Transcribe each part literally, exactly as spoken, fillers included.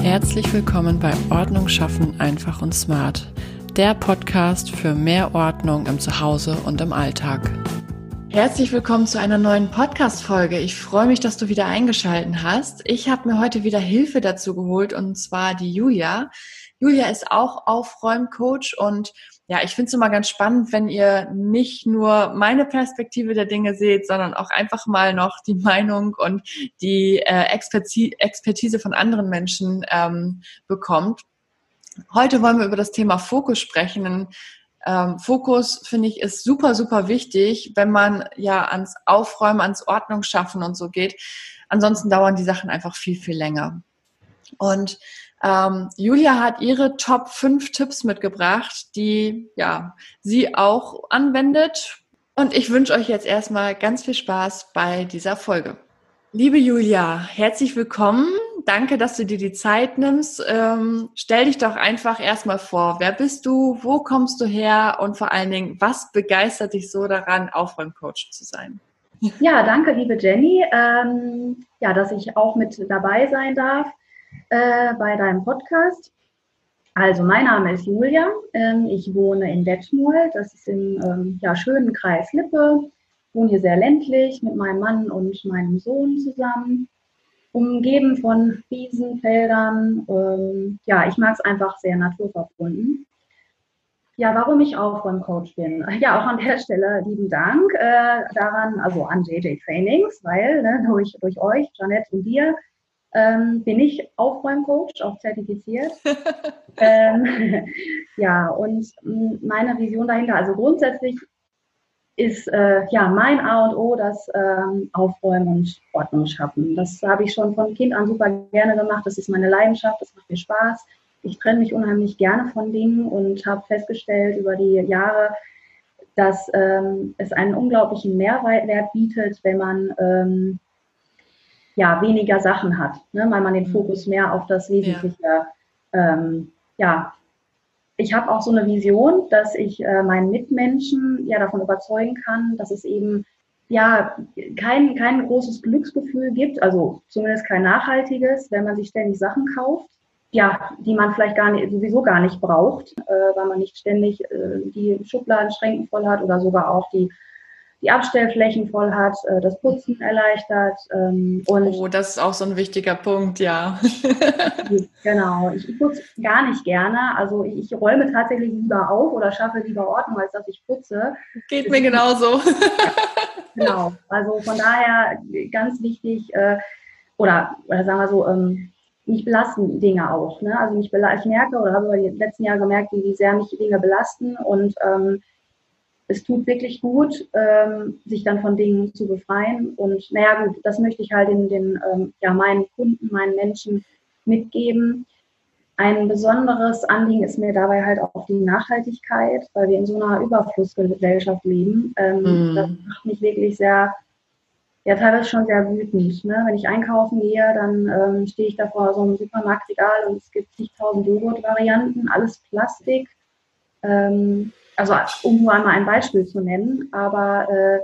Herzlich willkommen bei Ordnung schaffen, einfach und smart. Der Podcast für mehr Ordnung im Zuhause und im Alltag. Herzlich willkommen zu einer neuen Podcast-Folge. Ich freue mich, dass du wieder eingeschaltet hast. Ich habe mir heute wieder Hilfe dazu geholt und zwar die Julia. Julia ist auch Aufräumcoach und ja, ich finde es immer ganz spannend, wenn ihr nicht nur meine Perspektive der Dinge seht, sondern auch einfach mal noch die Meinung und die äh, Expertise, Expertise von anderen Menschen ähm, bekommt. Heute wollen wir über das Thema Fokus sprechen. Ähm, Fokus, finde ich, ist super, super wichtig, wenn man ja ans Aufräumen, ans Ordnung schaffen und so geht. Ansonsten dauern die Sachen einfach viel, viel länger. Und ähm, Julia hat ihre Top fünf Tipps mitgebracht, die ja sie auch anwendet. Und ich wünsche euch jetzt erstmal ganz viel Spaß bei dieser Folge. Liebe Julia, herzlich willkommen. Danke, dass du dir die Zeit nimmst. Ähm, stell dich doch einfach erstmal vor. Wer bist du? Wo kommst du her? Und vor allen Dingen, was begeistert dich so daran, Aufräumcoach zu sein? Ja, danke, liebe Jenny, ähm, ja, dass ich auch mit dabei sein darf äh, bei deinem Podcast. Also, mein Name ist Julia. Ähm, ich wohne in Detmold. Das ist im ähm, ja, schönen Kreis Lippe. Wohne hier sehr ländlich mit meinem Mann und meinem Sohn zusammen. Umgeben von Wiesen, Feldern. Ähm, ja, ich mag es einfach sehr naturverbunden. Ja, warum ich Aufräumcoach bin? Ja, auch an der Stelle lieben Dank äh, daran, also an J J Trainings, weil ne, durch, durch euch, Janette und dir, ähm, bin ich Aufräumcoach, auch zertifiziert. ähm, ja, und mh, meine Vision dahinter, also grundsätzlich ist äh, ja mein A und O das ähm, Aufräumen und Ordnung schaffen. Das habe ich schon von Kind an super gerne gemacht. Das ist meine Leidenschaft, das macht mir Spaß. Ich trenne mich unheimlich gerne von Dingen und habe festgestellt über die Jahre, dass ähm, es einen unglaublichen Mehrwert bietet, wenn man ähm, ja, weniger Sachen hat, ne? Weil man den Fokus mehr auf das Wesentliche, ja, ähm, ja. Ich habe auch so eine Vision, dass ich äh, meinen Mitmenschen ja davon überzeugen kann, dass es eben ja kein, kein großes Glücksgefühl gibt, also zumindest kein nachhaltiges, wenn man sich ständig Sachen kauft, ja, die man vielleicht gar nicht, sowieso gar nicht braucht, äh, weil man nicht ständig äh, die Schubladenschränken voll hat oder sogar auch die die Abstellflächen voll hat, äh, das Putzen erleichtert. Ähm, und oh, das ist auch so ein wichtiger Punkt, ja. Genau, ich, ich putze gar nicht gerne. Also ich, ich räume tatsächlich lieber auf oder schaffe lieber Ordnung, als dass ich putze. Geht das mir genauso. Ja, genau, also von daher ganz wichtig, äh, oder, oder sagen wir so, ähm, mich belasten Dinge auch. Ne? Also mich bela- ich merke oder habe über die letzten Jahre gemerkt, wie sehr mich Dinge belasten und ähm, es tut wirklich gut, ähm, sich dann von Dingen zu befreien. Und naja gut, das möchte ich halt den, den ähm, ja, meinen Kunden, meinen Menschen mitgeben. Ein besonderes Anliegen ist mir dabei halt auch die Nachhaltigkeit, weil wir in so einer Überflussgesellschaft leben. Ähm, mm. Das macht mich wirklich sehr, ja teilweise schon sehr wütend. Ne? Wenn ich einkaufen gehe, dann ähm, stehe ich da vor so einem Supermarktregal und es gibt zigtausend Joghurt-Varianten, alles Plastik. Ähm, Also um nur einmal ein Beispiel zu nennen, aber äh,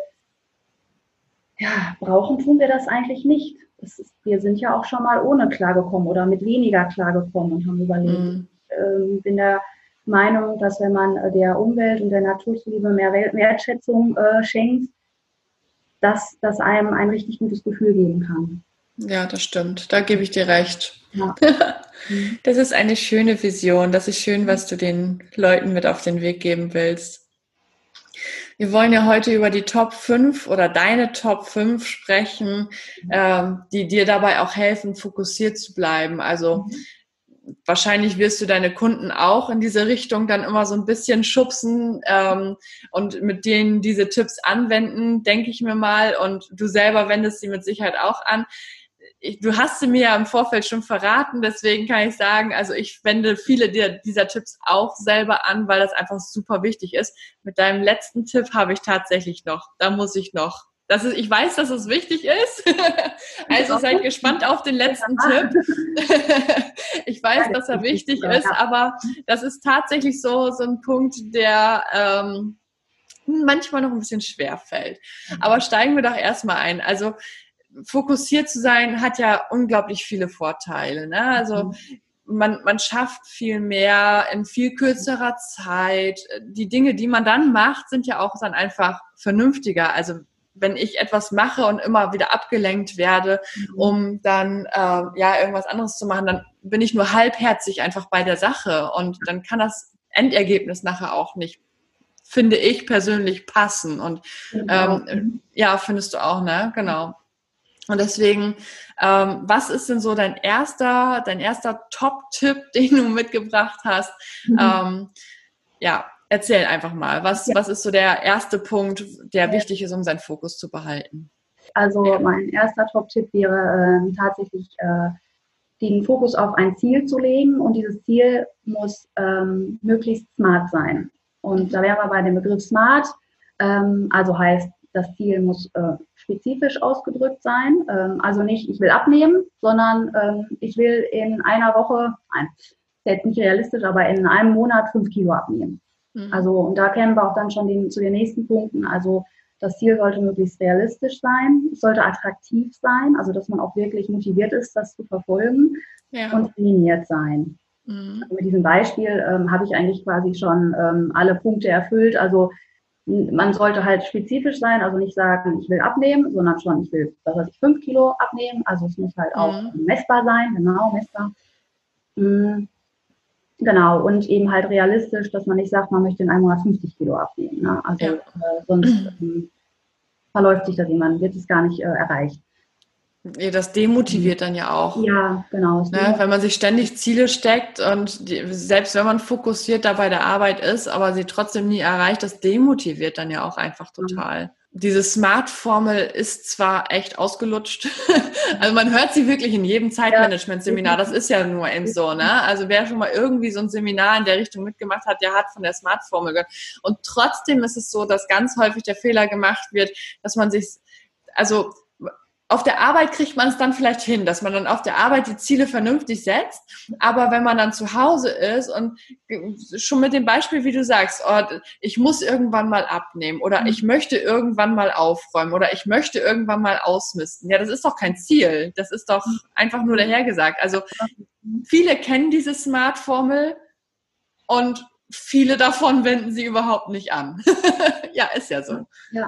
ja, brauchen tun wir das eigentlich nicht. Das ist, wir sind ja auch schon mal ohne klargekommen oder mit weniger klargekommen und haben überlegt. Mm. Ich äh, bin der Meinung, dass wenn man der Umwelt und der Natur zuliebe mehr Wertschätzung äh, schenkt, dass das einem ein richtig gutes Gefühl geben kann. Ja, das stimmt. Da gebe ich dir recht. Ja. Das ist eine schöne Vision. Das ist schön, was du den Leuten mit auf den Weg geben willst. Wir wollen ja heute über die Top fünf oder deine Top fünf sprechen, mhm. ähm, die dir dabei auch helfen, fokussiert zu bleiben. Also mhm. wahrscheinlich wirst du deine Kunden auch in diese Richtung dann immer so ein bisschen schubsen ähm, und mit denen diese Tipps anwenden, denke ich mir mal. Und du selber wendest sie mit Sicherheit auch an. Ich, du hast sie mir ja im Vorfeld schon verraten, deswegen kann ich sagen, also ich wende viele dieser Tipps auch selber an, weil das einfach super wichtig ist. Mit deinem letzten Tipp habe ich tatsächlich noch, da muss ich noch. Das ist, ich weiß, dass es wichtig ist, also seid gespannt auf den letzten Tipp. Ich weiß, dass er wichtig ist, aber das ist tatsächlich so, so ein Punkt, der ähm, manchmal noch ein bisschen schwer fällt. Aber steigen wir doch erstmal ein. Also fokussiert zu sein, hat ja unglaublich viele Vorteile. Ne? Also man, man schafft viel mehr in viel kürzerer Zeit. Die Dinge, die man dann macht, sind ja auch dann einfach vernünftiger. Also wenn ich etwas mache und immer wieder abgelenkt werde, um dann äh, ja irgendwas anderes zu machen, dann bin ich nur halbherzig einfach bei der Sache und dann kann das Endergebnis nachher auch nicht, finde ich persönlich, passen. Und ähm, ja, findest du auch, ne? Genau. Und deswegen, ähm, was ist denn so dein erster, dein erster Top-Tipp, den du mitgebracht hast? Mhm. Ähm, ja, erzähl einfach mal. Was, ja. was ist so der erste Punkt, der ja. wichtig ist, um seinen Fokus zu behalten? Also ja. mein erster Top-Tipp wäre äh, tatsächlich, äh, den Fokus auf ein Ziel zu legen. Und dieses Ziel muss ähm, möglichst smart sein. Und da wären wir bei dem Begriff smart. Ähm, also heißt, das Ziel muss äh, spezifisch ausgedrückt sein. Ähm, also nicht, ich will abnehmen, sondern ähm, ich will in einer Woche, nein, ist jetzt nicht realistisch, aber in einem Monat fünf Kilo abnehmen. Mhm. Also, und da kämen wir auch dann schon den, zu den nächsten Punkten. Also, das Ziel sollte möglichst realistisch sein. Es sollte attraktiv sein, also, dass man auch wirklich motiviert ist, das zu verfolgen, ja. und trainiert sein. Mhm. Also mit diesem Beispiel ähm, habe ich eigentlich quasi schon ähm, alle Punkte erfüllt. Also, man sollte halt spezifisch sein, also nicht sagen, ich will abnehmen, sondern schon, ich will, was weiß ich, fünf Kilo abnehmen. Also es muss halt auch mhm. messbar sein, genau, messbar. Mhm. Genau, und eben halt realistisch, dass man nicht sagt, man möchte in einem Monat fünfzig Kilo abnehmen. Ne? Also ja. äh, sonst ähm, verläuft sich das jemand, wird es gar nicht äh, erreicht. Ja, das demotiviert dann ja auch. Ja, genau. Ne, wenn man sich ständig Ziele steckt und die, selbst wenn man fokussiert da bei der Arbeit ist, aber sie trotzdem nie erreicht, das demotiviert dann ja auch einfach total. Mhm. Diese Smart-Formel ist zwar echt ausgelutscht, also man hört sie wirklich in jedem Zeitmanagement-Seminar, das ist ja nur eben so, ne? Also wer schon mal irgendwie so ein Seminar in der Richtung mitgemacht hat, der hat von der Smart-Formel gehört. Und trotzdem ist es so, dass ganz häufig der Fehler gemacht wird, dass man sich, also auf der Arbeit kriegt man es dann vielleicht hin, dass man dann auf der Arbeit die Ziele vernünftig setzt. Aber wenn man dann zu Hause ist und schon mit dem Beispiel, wie du sagst, oh, ich muss irgendwann mal abnehmen oder ich möchte irgendwann mal aufräumen oder ich möchte irgendwann mal ausmisten. Ja, das ist doch kein Ziel. Das ist doch einfach nur dahergesagt. Also viele kennen diese Smart-Formel und viele davon wenden sie überhaupt nicht an. Ja, ist ja so. Ja.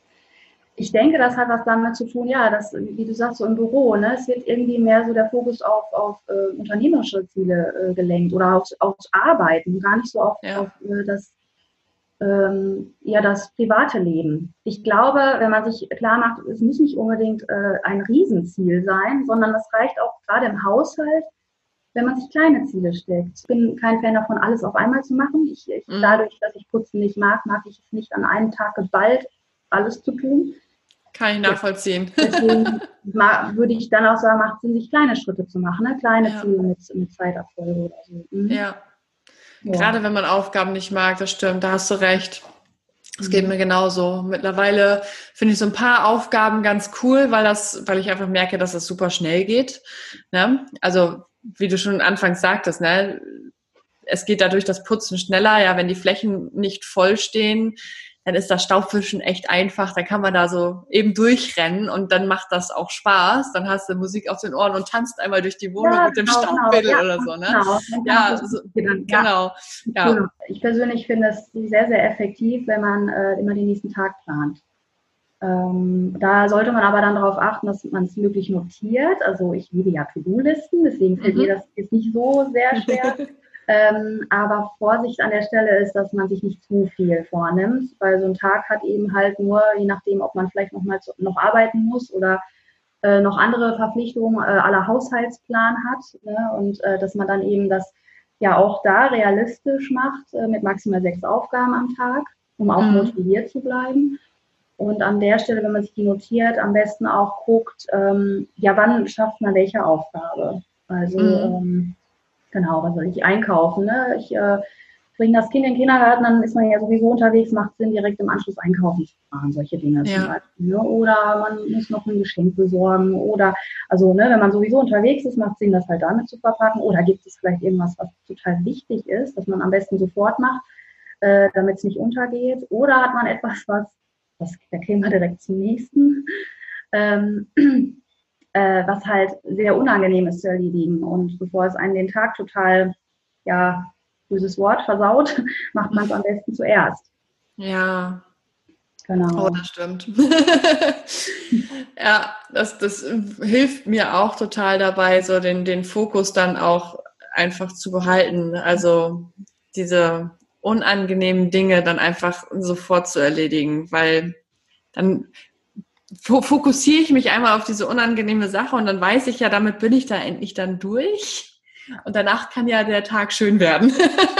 Ich denke, das hat was damit zu tun, ja, dass, wie du sagst, so im Büro, ne, es wird irgendwie mehr so der Fokus auf, auf äh, unternehmerische Ziele äh, gelenkt oder aufs, aufs Arbeiten, gar nicht so auf, ja. auf äh, das, ähm, ja, das private Leben. Ich glaube, wenn man sich klar macht, es muss nicht unbedingt äh, ein Riesenziel sein, sondern es reicht auch gerade im Haushalt, wenn man sich kleine Ziele steckt. Ich bin kein Fan davon, alles auf einmal zu machen. Ich, ich, mhm. Dadurch, dass ich Putzen nicht mag, mag ich es nicht an einem Tag geballt alles zu tun. Kann ich nachvollziehen. Deswegen würde ich dann auch sagen, macht Sinn, sich kleine Schritte zu machen, ne? Kleine ja. Ziele mit, mit Zeiterfolge oder so. Mhm. Ja. ja, gerade wenn man Aufgaben nicht mag, das stimmt, da hast du recht. Das mhm. geht mir genauso. Mittlerweile finde ich so ein paar Aufgaben ganz cool, weil das, weil ich einfach merke, dass es super schnell geht. Ne? Also, wie du schon anfangs sagtest, ne? Es geht dadurch das Putzen schneller, ja, wenn die Flächen nicht voll stehen, dann ist das Staubwischen echt einfach, dann kann man da so eben durchrennen und dann macht das auch Spaß, dann hast du Musik auf den Ohren und tanzt einmal durch die Wohnung ja, mit dem genau, Staubwedel genau. oder so, ne? Genau, ja, so, genau. Ja. Ich persönlich finde es sehr, sehr effektiv, wenn man äh, immer den nächsten Tag plant. Ähm, da sollte man aber dann darauf achten, dass man es wirklich notiert, also ich liebe ja To-Do-Listen, deswegen fällt mhm. mir das jetzt nicht so sehr schwer. Ähm, aber Vorsicht an der Stelle ist, dass man sich nicht zu viel vornimmt, weil so ein Tag hat eben halt nur, je nachdem, ob man vielleicht noch mal zu, noch arbeiten muss oder äh, noch andere Verpflichtungen äh, aller Haushaltsplan hat, ne? Und äh, dass man dann eben das ja auch da realistisch macht äh, mit maximal sechs Aufgaben am Tag, um auch mhm. motiviert zu bleiben. Und an der Stelle, wenn man sich die notiert, am besten auch guckt, ähm, ja, wann schafft man welche Aufgabe? Also mhm. ähm, Genau, was soll ich einkaufen? Ne? Ich äh, bringe das Kind in den Kindergarten, dann ist man ja sowieso unterwegs, macht Sinn, direkt im Anschluss einkaufen zu fahren, solche Dinge ja. zum Beispiel. Ne? Oder man muss noch ein Geschenk besorgen. Oder, also ne, wenn man sowieso unterwegs ist, macht Sinn, das halt damit zu verpacken. Oder gibt es vielleicht irgendwas, was total wichtig ist, das man am besten sofort macht, äh, damit es nicht untergeht. Oder hat man etwas, was, was da kämen wir direkt zum nächsten, ähm, äh, was halt sehr unangenehm ist zu erledigen. Und bevor es einen den Tag total, ja, böses Wort, versaut, macht man es am besten zuerst. Ja. Genau. Oh, das stimmt. Ja, das, das hilft mir auch total dabei, so den, den Fokus dann auch einfach zu behalten. Also diese unangenehmen Dinge dann einfach sofort zu erledigen, weil dann fokussiere ich mich einmal auf diese unangenehme Sache und dann weiß ich ja, damit bin ich da endlich dann durch. Und danach kann ja der Tag schön werden.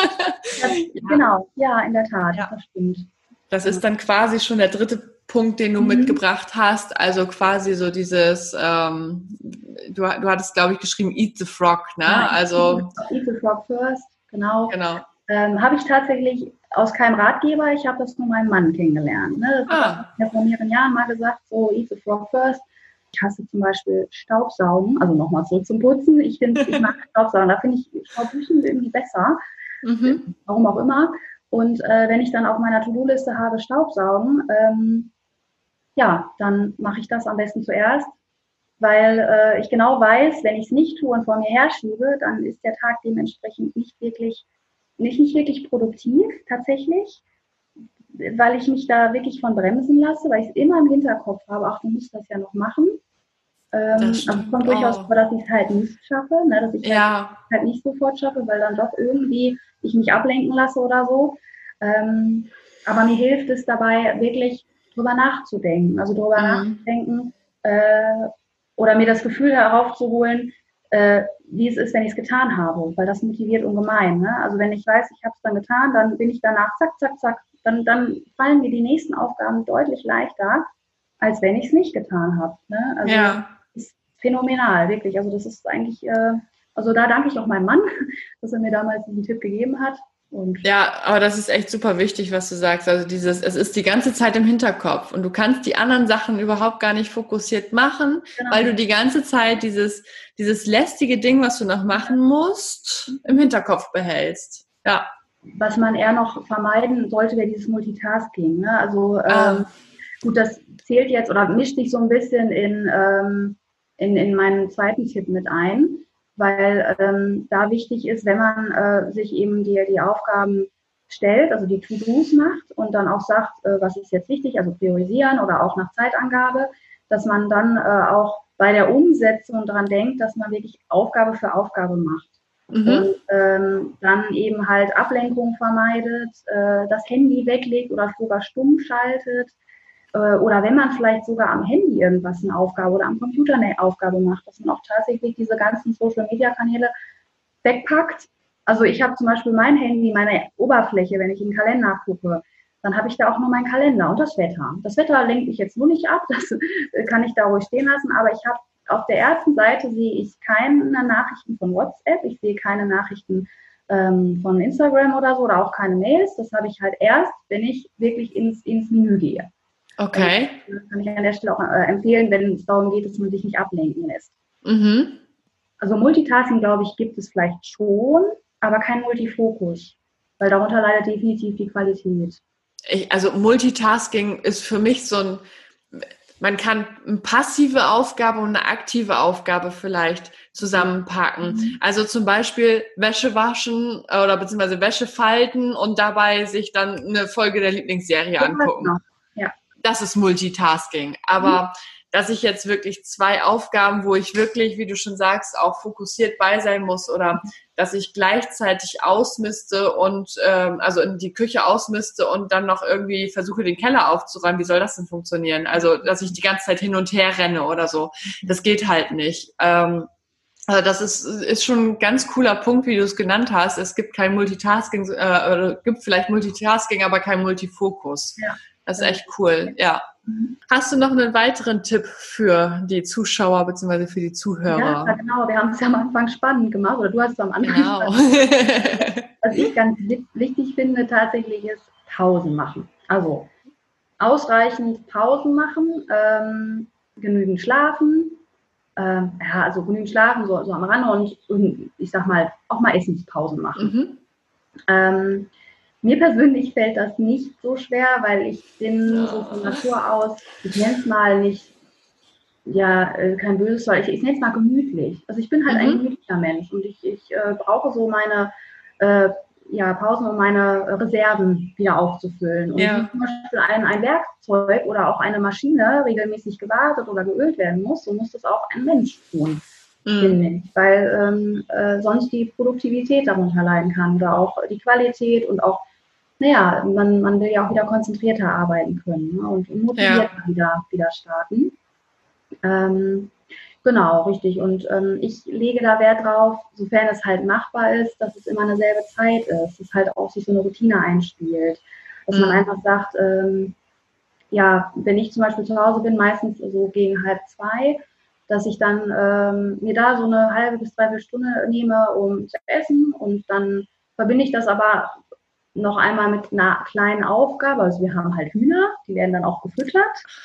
Das, ja. Genau, ja, in der Tat, ja. Das stimmt. Das ist dann quasi schon der dritte Punkt, den du mhm. mitgebracht hast. Also quasi so dieses, ähm, du, du hattest, glaube ich, geschrieben, Eat the Frog, ne? Ja, also Eat the Frog first, genau. Genau. Ähm, habe ich tatsächlich aus keinem Ratgeber, ich habe das von meinem Mann kennengelernt. Ne? Das ah. hat er vor mehreren Jahren mal gesagt, so Eat the Frog first. Ich hasse zum Beispiel Staubsaugen, also nochmal zurück zum Putzen. Ich finde, ich mag Staubsaugen, da finde ich Staubwischen irgendwie besser. Mhm. Warum auch immer. Und äh, wenn ich dann auf meiner To-Do-Liste habe Staubsaugen, ähm, ja, dann mache ich das am besten zuerst, weil äh, ich genau weiß, wenn ich es nicht tue und vor mir herschiebe, dann ist der Tag dementsprechend nicht wirklich, nicht, nicht wirklich produktiv tatsächlich, weil ich mich da wirklich von bremsen lasse, weil ich es immer im Hinterkopf habe, ach, du musst das ja noch machen. Ähm, also es kommt durchaus vor, dass ich es halt nicht schaffe, ne, dass ich es ja. halt, halt nicht sofort schaffe, weil dann doch irgendwie ich mich ablenken lasse oder so. Ähm, aber mir hilft es dabei, wirklich drüber nachzudenken. Also drüber mhm. nachzudenken äh, oder mir das Gefühl heraufzuholen, äh, wie es ist, wenn ich es getan habe. Weil das motiviert ungemein. Ne? Also wenn ich weiß, ich habe es dann getan, dann bin ich danach zack, zack, zack. Dann, dann fallen mir die nächsten Aufgaben deutlich leichter, als wenn ich es nicht getan habe. Ne? Also ja. das ist phänomenal, wirklich. Also das ist eigentlich, äh, also da danke ich auch meinem Mann, dass er mir damals diesen Tipp gegeben hat. Und ja, aber das ist echt super wichtig, was du sagst. Also dieses, es ist die ganze Zeit im Hinterkopf und du kannst die anderen Sachen überhaupt gar nicht fokussiert machen, genau. weil du die ganze Zeit dieses, dieses lästige Ding, was du noch machen musst, im Hinterkopf behältst. Ja. Was man eher noch vermeiden sollte, wäre dieses Multitasking. Ne? Also ah. ähm, gut, das zählt jetzt oder mischt sich so ein bisschen in, ähm, in, in meinen zweiten Tipp mit ein. Weil ähm, da wichtig ist, wenn man äh, sich eben die, die Aufgaben stellt, also die To-Dos macht und dann auch sagt, äh, was ist jetzt wichtig, also priorisieren oder auch nach Zeitangabe, dass man dann äh, auch bei der Umsetzung daran denkt, dass man wirklich Aufgabe für Aufgabe macht. Mhm. Und ähm, dann eben halt Ablenkung vermeidet, äh, das Handy weglegt oder sogar stumm schaltet. Oder wenn man vielleicht sogar am Handy irgendwas eine Aufgabe oder am Computer eine Aufgabe macht, dass man auch tatsächlich diese ganzen Social-Media-Kanäle wegpackt. Also ich habe zum Beispiel mein Handy, meine Oberfläche, wenn ich in den Kalender gucke, dann habe ich da auch nur meinen Kalender und das Wetter. Das Wetter lenkt mich jetzt nur nicht ab, das kann ich da ruhig stehen lassen, aber ich habe auf der ersten Seite sehe ich keine Nachrichten von WhatsApp, ich sehe keine Nachrichten ähm, von Instagram oder so oder auch keine Mails. Das habe ich halt erst, wenn ich wirklich ins, ins Menü gehe. Okay. Das kann ich an der Stelle auch äh, empfehlen, wenn es darum geht, dass man sich nicht ablenken lässt. Mhm. Also Multitasking, glaube ich, gibt es vielleicht schon, aber kein Multifokus, weil darunter leidet definitiv die Qualität. Ich, also Multitasking ist für mich so ein, man kann eine passive Aufgabe und eine aktive Aufgabe vielleicht zusammenpacken. Mhm. Also zum Beispiel Wäsche waschen oder beziehungsweise Wäsche falten und dabei sich dann eine Folge der Lieblingsserie ja, angucken. Genau. Ja. Das ist Multitasking. Aber mhm. dass ich jetzt wirklich zwei Aufgaben, wo ich wirklich, wie du schon sagst, auch fokussiert bei sein muss oder dass ich gleichzeitig ausmiste und ähm, also in die Küche ausmiste und dann noch irgendwie versuche, den Keller aufzuräumen. Wie soll das denn funktionieren? Also, dass ich die ganze Zeit hin und her renne oder so. Das geht halt nicht. Ähm, also das ist, ist schon ein ganz cooler Punkt, wie du es genannt hast. Es gibt kein Multitasking, äh, oder gibt vielleicht Multitasking, aber kein Multifokus. Ja. Das ist echt cool, ja. Mhm. Hast du noch einen weiteren Tipp für die Zuschauer bzw. für die Zuhörer? Ja, genau. Wir haben es ja am Anfang spannend gemacht, oder du hast es am Anfang genau. Was ich ganz wichtig finde, tatsächlich ist Pausen machen. Also ausreichend Pausen machen, ähm, genügend schlafen, ähm, ja, also genügend schlafen, so, so am Rande und, und ich sag mal, auch mal Essenspausen machen. Mhm. Ähm, Mir persönlich fällt das nicht so schwer, weil ich bin so von Natur aus, ich nenne es mal nicht, ja, äh, kein böses Wort, ich, ich nenne es mal gemütlich. Also ich bin halt Mhm. ein gemütlicher Mensch und ich, ich äh, brauche so meine äh, ja, Pausen, um meine Reserven wieder aufzufüllen. Und Ja. wie zum Beispiel ein, ein Werkzeug oder auch eine Maschine regelmäßig gewartet oder geölt werden muss, so muss das auch ein Mensch tun, Mhm. finde ich. Weil ähm, äh, sonst die Produktivität darunter leiden kann oder auch die Qualität und auch, naja, man, man will ja auch wieder konzentrierter arbeiten können, ne? Und motiviert Ja. wieder, wieder starten. Ähm, genau, richtig. Und ähm, ich lege da Wert drauf, sofern es halt machbar ist, dass es immer eine selbe Zeit ist, dass halt auch sich so eine Routine einspielt. Dass man Mhm. einfach sagt, ähm, ja, wenn ich zum Beispiel zu Hause bin, meistens so gegen halb zwei, dass ich dann ähm, mir da so eine halbe bis dreiviertel Stunde nehme, um zu essen, und dann verbinde ich das aber noch einmal mit einer kleinen Aufgabe. Also wir haben halt Hühner, die werden dann auch gefüttert.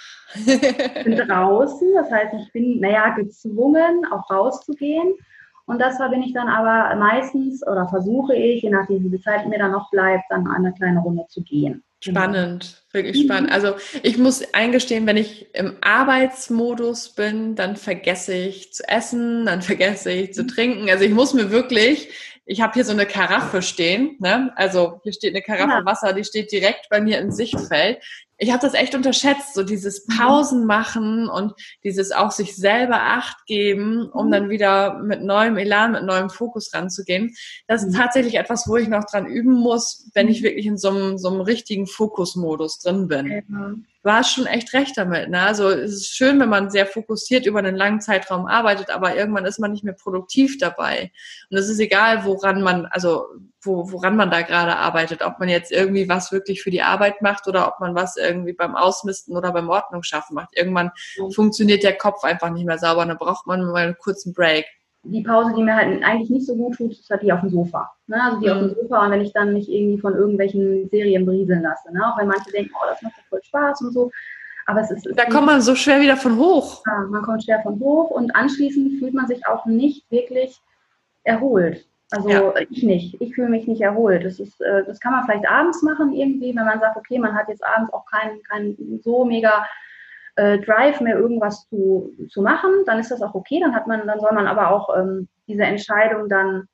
Ich bin draußen, das heißt, ich bin, naja, gezwungen, auch rauszugehen. Und das verbinde ich dann aber meistens, oder versuche ich, je nachdem, wie viel Zeit mir dann noch bleibt, dann eine kleine Runde zu gehen. Spannend, wirklich Mhm. spannend. Also ich muss eingestehen, wenn ich im Arbeitsmodus bin, dann vergesse ich zu essen, dann vergesse ich zu trinken. Also ich muss mir wirklich, ich habe hier so eine Karaffe stehen, ne? Also hier steht eine Karaffe Ja. Wasser, die steht direkt bei mir im Sichtfeld. Ich habe das echt unterschätzt, so dieses Pausen machen und dieses auch sich selber Acht geben, um dann wieder mit neuem Elan, mit neuem Fokus ranzugehen. Das ist tatsächlich etwas, wo ich noch dran üben muss, wenn ich wirklich in so einem, so einem richtigen Fokusmodus drin bin. Ja. Du hast schon echt recht damit, ne? Also es ist schön, wenn man sehr fokussiert über einen langen Zeitraum arbeitet, aber irgendwann ist man nicht mehr produktiv dabei. Und es ist egal, woran man, also wo, woran man da gerade arbeitet, ob man jetzt irgendwie was wirklich für die Arbeit macht oder ob man was irgendwie beim Ausmisten oder beim Ordnung schaffen macht. Irgendwann funktioniert der Kopf einfach nicht mehr sauber, dann braucht man mal einen kurzen Break. Die Pause, die mir halt eigentlich nicht so gut tut, ist halt die auf dem Sofa. Ne? Also die mhm. auf dem Sofa, und wenn ich dann nicht irgendwie von irgendwelchen Serien berieseln lasse. Ne? Auch wenn manche denken, oh, das macht doch voll Spaß und so. Aber es ist, es da kommt man so schwer wieder von hoch. Ja, man kommt schwer von hoch und anschließend fühlt man sich auch nicht wirklich erholt. Also ja. ich nicht. Ich fühle mich nicht erholt. Das ist, das kann man vielleicht abends machen irgendwie, wenn man sagt, okay, man hat jetzt abends auch keinen kein so mega äh, Drive mehr, irgendwas zu, zu machen, dann ist das auch okay. Dann hat man, dann soll man aber auch ähm, diese Entscheidung dann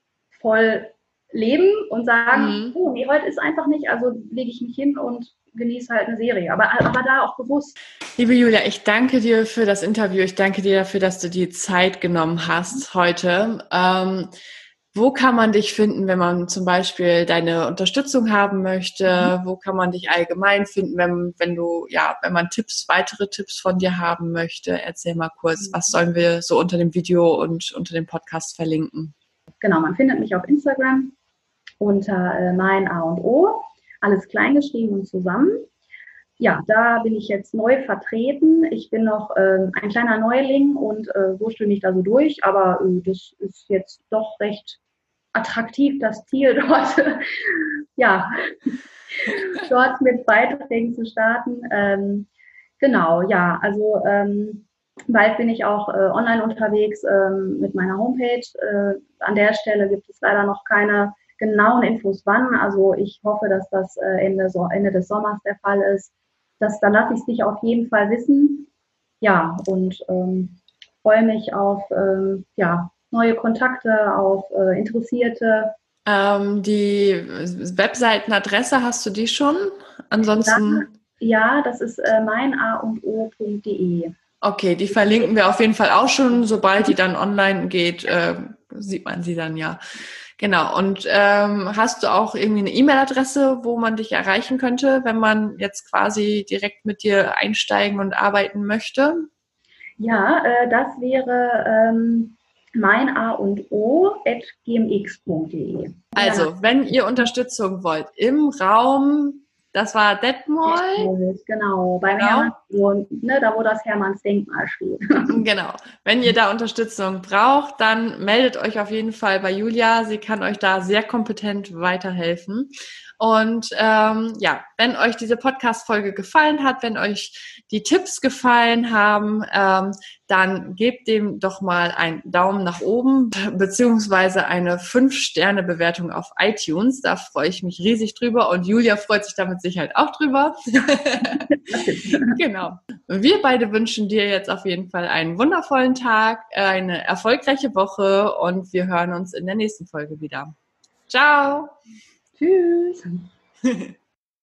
voll leben und sagen, mhm. oh nee, heute ist einfach nicht, also lege ich mich hin und genieße halt eine Serie. Aber, aber da auch bewusst. Liebe Julia, ich danke dir für das Interview. Ich danke dir dafür, dass du die Zeit genommen hast heute. Ähm, wo kann man dich finden, wenn man zum Beispiel deine Unterstützung haben möchte? Mhm. Wo kann man dich allgemein finden, wenn, wenn du, ja, wenn man Tipps, weitere Tipps von dir haben möchte? Erzähl mal kurz, was sollen wir so unter dem Video und unter dem Podcast verlinken? Genau, man findet mich auf Instagram unter äh, mein A und O, alles kleingeschrieben und zusammen. Ja, da bin ich jetzt neu vertreten. Ich bin noch äh, ein kleiner Neuling und äh, wurschtel mich da so durch, aber äh, das ist jetzt doch recht attraktiv, das Ziel dort, ja, dort mit Beiträgen zu starten. Ähm, genau, ja, also ähm, bald bin ich auch äh, online unterwegs ähm, mit meiner Homepage. Äh, an der Stelle gibt es leider noch keine genauen Infos, wann. Also ich hoffe, dass das äh, Ende, so, Ende des Sommers der Fall ist. Das, dann lasse ich es dich auf jeden Fall wissen. Ja, und ähm, freue mich auf ähm, ja, neue Kontakte, auf äh, Interessierte. Ähm, die Webseitenadresse, hast du die schon? Ansonsten. Ja, ja, das ist äh, mein a und o punkt de. Okay, die verlinken wir auf jeden Fall auch schon. Sobald die dann online geht, äh, sieht man sie dann ja. Genau. Und ähm, hast du auch irgendwie eine E-Mail-Adresse, wo man dich erreichen könnte, wenn man jetzt quasi direkt mit dir einsteigen und arbeiten möchte? Ja, äh, das wäre ähm, mein a und o at g m x punkt de. Also, ja. wenn ihr Unterstützung wollt im Raum, das war Detmold. Genau, beim genau. Hermanns, wo, ne, da wo das Hermanns Denkmal steht. Genau. Wenn ihr da Unterstützung braucht, dann meldet euch auf jeden Fall bei Julia. Sie kann euch da sehr kompetent weiterhelfen. Und ähm, ja, wenn euch diese Podcast-Folge gefallen hat, wenn euch die Tipps gefallen haben, ähm, dann gebt dem doch mal einen Daumen nach oben, beziehungsweise eine fünf Sterne Bewertung auf iTunes. Da freue ich mich riesig drüber und Julia freut sich damit sich halt auch drüber. Genau. Wir beide wünschen dir jetzt auf jeden Fall einen wundervollen Tag, eine erfolgreiche Woche und wir hören uns in der nächsten Folge wieder. Ciao! Tschüss!